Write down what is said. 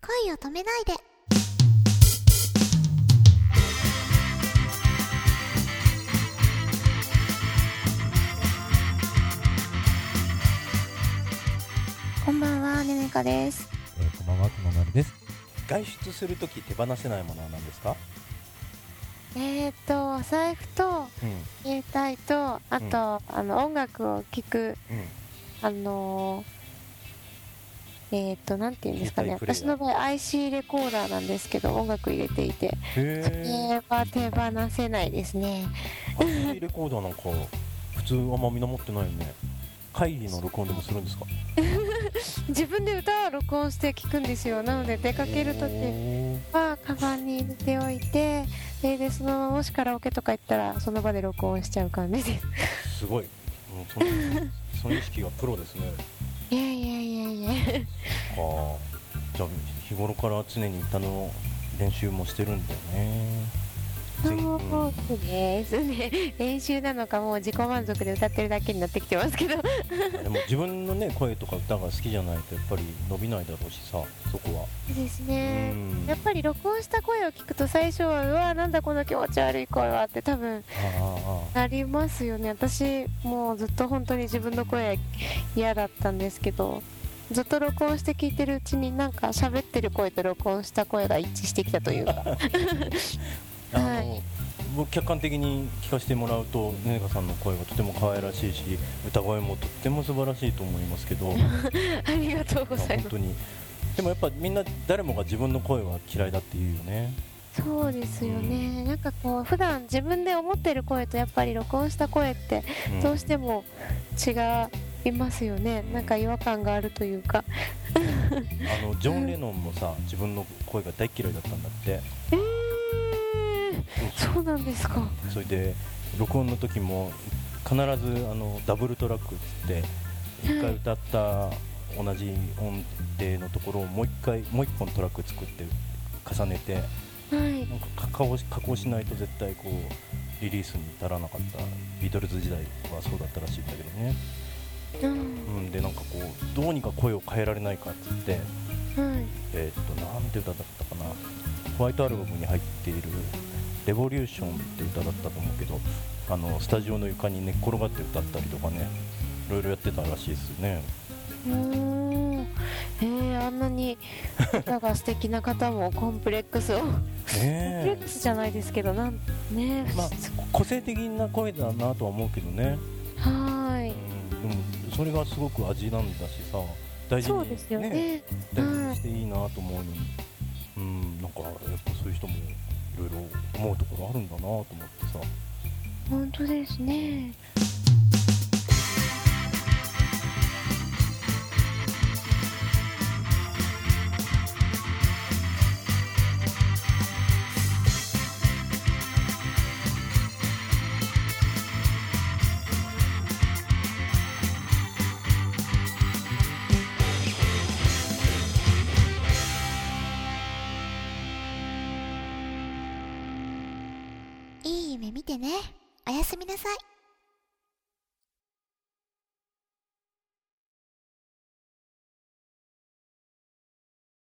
恋を止めないで。こんばんは、ねねかです。 こんばんは、くままるです。 外出するとき手放せないものは何ですか？ お財布と携帯と、あと、音楽を聴く、なんていうんですかね、私の場合 IC レコーダーなんですけど、音楽入れていて、それは手放せないですね。 IC レコーダーなんか普通あんまみんな持ってないよね。会議の録音でもするんですか？ 自分で歌を録音して聴くんですよ。なので出かけるときはカバンに入れておいて、でそのもしカラオケとか行ったらその場で録音しちゃう感じです。 すごい、その意識がプロですね。 いやいやいやいやじゃあ日頃から常に歌の練習もしてるんだよね。 そうですね。練習なのかもう自己満足で歌ってるだけになってきてますけどでも自分のね声とか歌が好きじゃないとやっぱり伸びないだろうしさ、そこは。 そうですね。やっぱり録音した声を聞くと最初はうわなんだこの気持ち悪い声はって多分なりますよね。私もうずっと本当に自分の声嫌だったんですけど、ずっと録音して聞いてるうちになんか喋ってる声と録音した声が一致してきたというか僕客観的に聞かせてもらうとねねかさんの声はとても可愛らしいし、歌声もとっても素晴らしいと思いますけどありがとうございます。 本当に。でもやっぱみんな誰もが自分の声は嫌いだって言うよね。 そうですよね。なんかこう普段自分で思ってる声とやっぱり録音した声ってどうしても違いますよね。なんか違和感があるというかジョン・レノンもさ自分の声が大嫌いだったんだって。 そうなんですか。 それで録音の時も必ずダブルトラックっつって1回歌った同じ音程のところをもう1本トラック作って重ねて、なんか加工しないと絶対こうリリースに至らなかった。ビートルズ時代はそうだったらしいんだけどね。でなんかこうどうにか声を変えられないかっつって、なんて歌だったかな、ホワイトアルバムに入っているレボリューションって歌だったと思うけど、スタジオの床に寝っ転がって歌ったりとかね、いろいろやってたらしいですね。 あんなに歌が素敵な方もコンプレックスをコンプレックスじゃないですけど個性的な声だなとは思うけどね。でもそれがすごく味なんだしさ、大事にね、大事にしていいなと思うのに、なんかやっぱそういう人もいろいろ思うところあるんだなと思ってさ。 本当ですね。いい夢見てね。おやすみなさい。